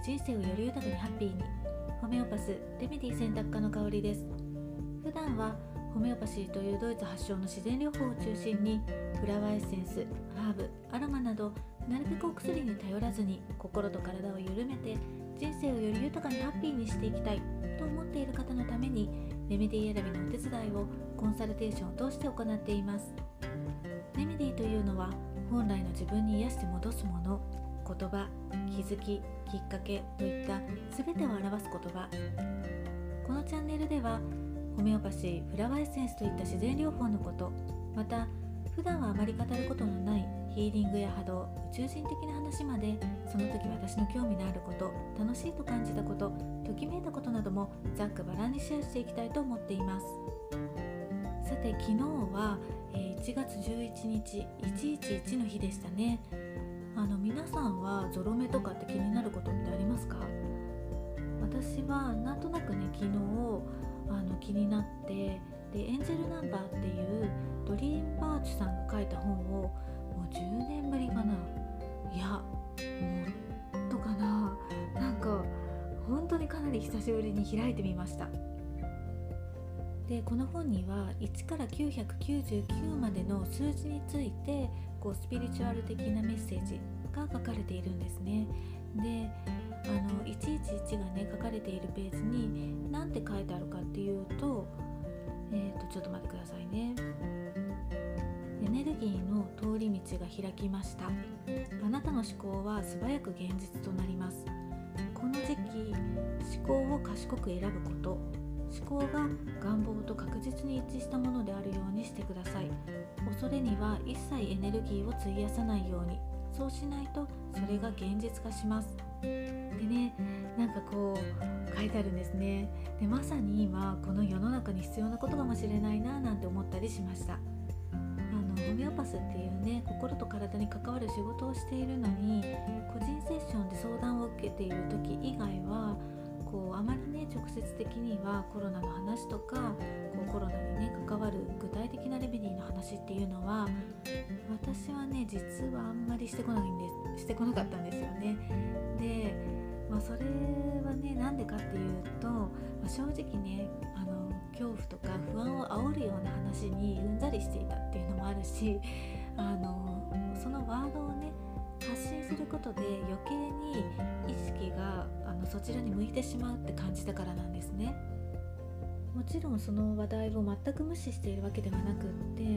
人生をより豊かにハッピーに。ホメオパスレメディ選択科の香りです。普段はホメオパシーというドイツ発祥の自然療法を中心にフラワーエッセンス、ハーブ、アロマなどなるべくお薬に頼らずに心と体を緩めて人生をより豊かにハッピーにしていきたいと思っている方のためにレメディ選びのお手伝いをコンサルテーションを通して行っています。レメディというのは本来の自分に癒して戻すもの、言葉、気づき、きっかけといった全てを表す言葉。このチャンネルではホメオパシー、フラワーエッセンスといった自然療法のこと、また普段はあまり語ることのないヒーリングや波動、宇宙人的な話まで、その時私の興味のあること、楽しいと感じたこと、ときめいたことなどもざっくばらんにシェアしていきたいと思っています。さて、昨日は1月11日111の日でしたね。皆さんはゾロ目とかって気になることってありますか？私はなんとなくね、昨日気になって、でエンジェルナンバーっていうドリームバーチュさんが書いた本をもう10年ぶりかな、いやもっとかな、なんか本当にかなり久しぶりに開いてみました。でこの本には1から999までの数字についてスピリチュアル的なメッセージが書かれているんですね。で111がね書かれているページに何て書いてあるかっていうと、ちょっと待ってくださいね。エネルギーの通り道が開きました。あなたの思考は素早く現実となります。この時期、思考を賢く選ぶこと、思考が願望と確実に一致したものであるようにしてください。恐れには一切エネルギーを費やさないように。そうしないとそれが現実化します。でね、なんか書いてあるんですね。でまさに今この世の中に必要なことかもしれないななんて思ったりしました。ホメオパスっていうね、心と体に関わる仕事をしているのに、個人セッションで相談を受けている時以外はあまりね直接的にはコロナの話とかコロナにね関わる具体的なレメディーの話っていうのは私はね実はあんまりしてこなかったんですよね。で、それはねなんでかっていうと、正直ね恐怖とか不安を煽るような話にうんざりしていたっていうのもあるし、そのワードをね発信することで余計に意識がそちらに向いてしまうって感じたからなんですね。もちろんその話題を全く無視しているわけではなくって、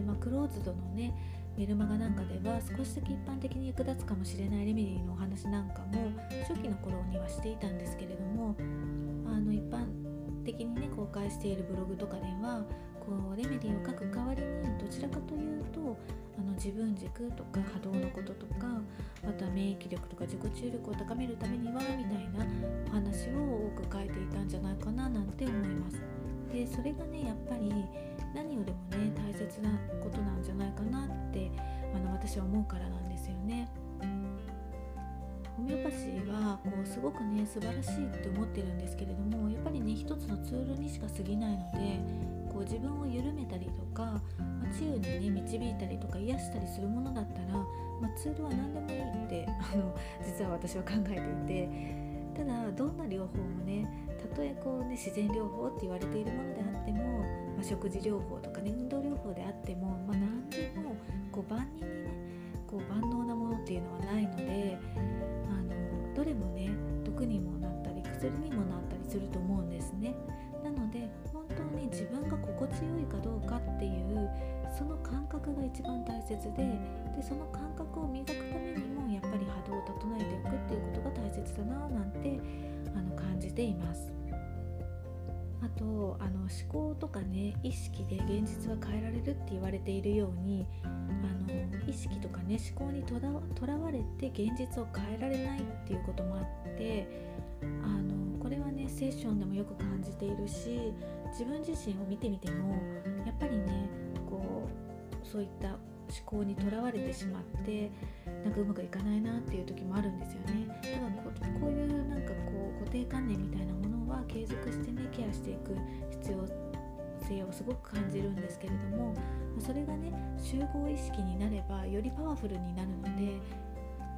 クローズドのねメルマガなんかでは少しだけ一般的に役立つかもしれないレメディーのお話なんかも初期の頃にはしていたんですけれども、一般的にね公開しているブログとかではレメディーを書く代わりにどちらかというと自分軸とか波動のこととか、あとは免疫力とか自己注力を高めるためにはみたいなお話を多く書いていたんじゃないかななんて思います。でそれがねやっぱり何よりもね大切なことなんじゃないかなって私は思うからなんですよね。ホメオパシーはすごくね素晴らしいって思ってるんですけれども、やっぱりね一つのツールにしか過ぎないので、自分を緩めたりとか、治癒にね導いたりとか癒したりするものだったら、ツールは何でもいいって実は私は考えていて、ただどんな療法もね、たとえ自然療法って言われているものであっても、食事療法とかね運動療法であっても、何でも万人にね万能なものっていうのはないので、どれもね毒にもなったり薬にもなったりすると思うんですね。なので本当に自分が心地よいかどうかっていうその感覚が一番大切で、その感覚を磨くためにもやっぱり波動を整えておくっていうことが大切だななんて感じています。あと思考とかね意識で現実は変えられるって言われているように、意識とかね思考にとらわれて現実を変えられないっていうこともあって、これはねセッションでもよく感じているし、自分自身を見てみてもやっぱりねそういった思考にとらわれてしまってうまくいかないなっていう時もあるんですよね。だからこういう固定観念みたいなものは継続してねケアしていく必要性をすごく感じるんですけれども、それがね集合意識になればよりパワフルになるので、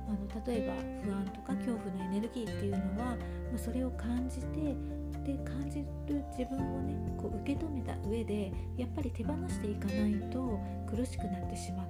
例えば不安とか恐怖のエネルギーっていうのは、それを感じて、で感じる自分をね受け止めた上でやっぱり手放していかないと苦しくなってしまって、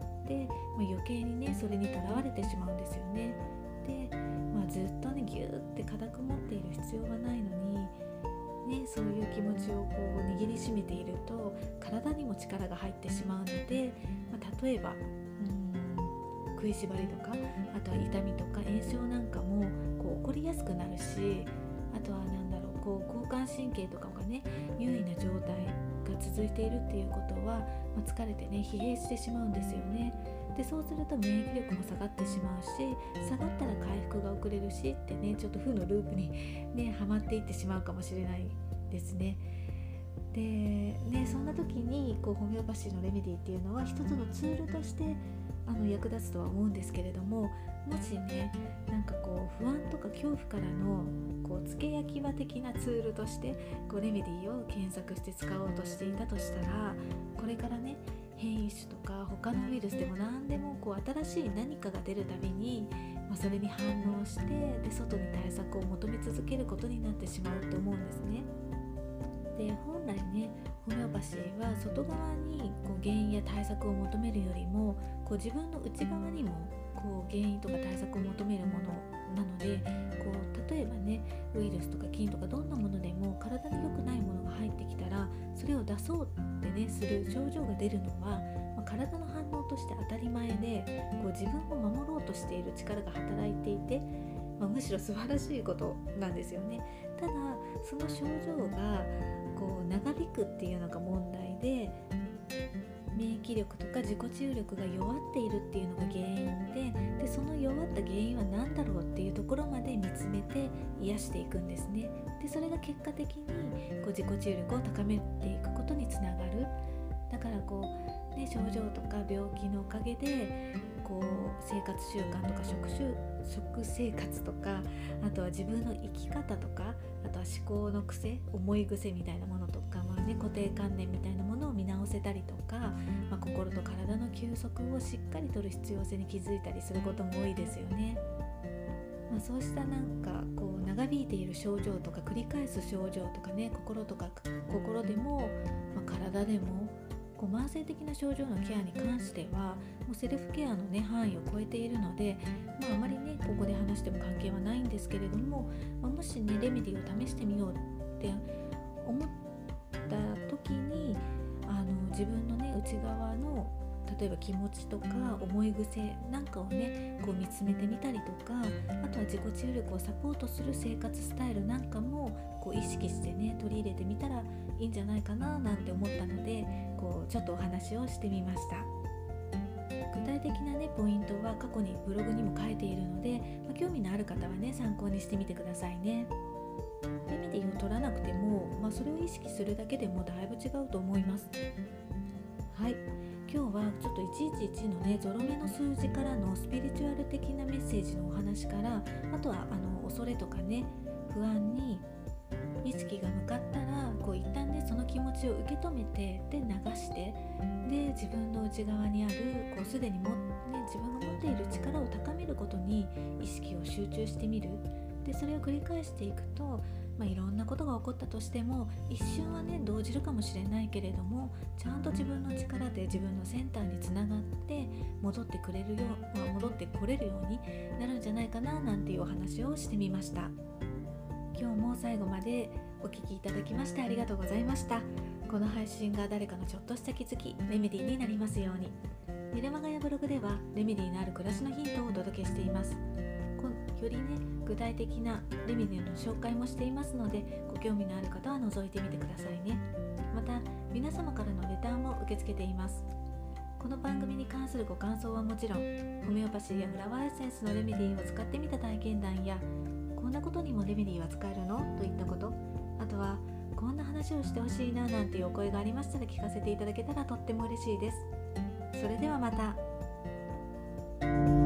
余計にねそれにとらわれてしまうんですよね。で、ずっとねギューって固く持っている必要はないのにそういう気持ちを握りしめていると体にも力が入ってしまうので、例えば食いしばりとか、あとは痛みとか炎症なんかも起こりやすくなるし、あとは交感神経とかがね優位な状態が続いているっていうことは、疲れてね疲弊してしまうんですよね。でそうすると免疫力も下がってしまうし、下がったら回復が遅れるしってね、ちょっと負のループにねはまっていってしまうかもしれないですね。でね、そんな時にホメオパシーのレメディっていうのは一つのツールとして役立つとは思うんですけれども、もしね不安とか恐怖からの付け焼き場的なツールとしてレメディを検索して使おうとしていたとしたら、これからね変異種とか他のウイルスでも何でも新しい何かが出るたびに、それに反応してで外に対策を求め続けることになってしまうと思うんですね。で本来ねホメオパシーは外側に原因や対策を求めるよりも自分の内側にも原因とか対策を求めるものなので、例えばねウイルスとか菌とかどんなものでも体に良くないものが入ってきたらそれを出そうってねする症状が出るのは、体の反応として当たり前で自分を守ろうとしている力が働いていて、むしろ素晴らしいことなんですよね。ただその症状が長引くっていうのが問題で、免疫力とか自己治癒力が弱っているっていうのが原因で、その弱った原因は何だろうっていうところまで見つめて癒していくんですね。でそれが結果的に自己治癒力を高めていくことにつながる。だから症状とか病気のおかげで生活習慣とか食生活とか、あとは自分の生き方とか、あとは思考の癖、思い癖みたいなものとか、固定観念みたいなものを見直せたりとか、心と体の休息をしっかりとる必要性に気づいたりすることも多いですよね。そうした長引いている症状とか繰り返す症状とかね、心でも、体でも慢性的な症状のケアに関してはもうセルフケアの範囲を超えているので、あまりねここで話しても関係はないんですけれども、もしねレメディを試してみようって思った時に自分のね内側の例えば気持ちとか思い癖なんかをね見つめてみたりとか、あとは自己治癒力をサポートする生活スタイルなんかも意識してね取り入れてみたらいいんじゃないかななんて思ったので、ちょっとお話をしてみました。具体的なねポイントは過去にブログにも書いているので、興味のある方はね参考にしてみてくださいね。レメディを取らなくても、それを意識するだけでもだいぶ違うと思います。はい、今日はちょっと111のねゾロ目の数字からのスピリチュアル的なメッセージのお話から、あとは恐れとかね不安に意識が向かったら一旦ねその気持ちを受け止めてで流して、で自分の内側にあるすでに自分が持っている力を高めることに意識を集中してみる。でそれを繰り返していくと、いろんなことが起こったとしても一瞬はね動じるかもしれないけれども、ちゃんと自分の力で自分のセンターにつながって戻ってこれるようになるんじゃないかななんていうお話をしてみました。今日も最後までお聞きいただきましてありがとうございました。この配信が誰かのちょっとした気づき、レメディになりますように。メルマガやブログではレメディのある暮らしのヒントをお届けしています。よりね具体的なレメディの紹介もしていますので、ご興味のある方は覗いてみてくださいね。また皆様からのレターも受け付けています。この番組に関するご感想はもちろん、ホメオパシーやフラワーエッセンスのレメディを使ってみた体験談や、こんなことにもレメディは使えるのといったこと、あとはこんな話をしてほしいななんていうお声がありましたら聞かせていただけたらとっても嬉しいです。それではまた。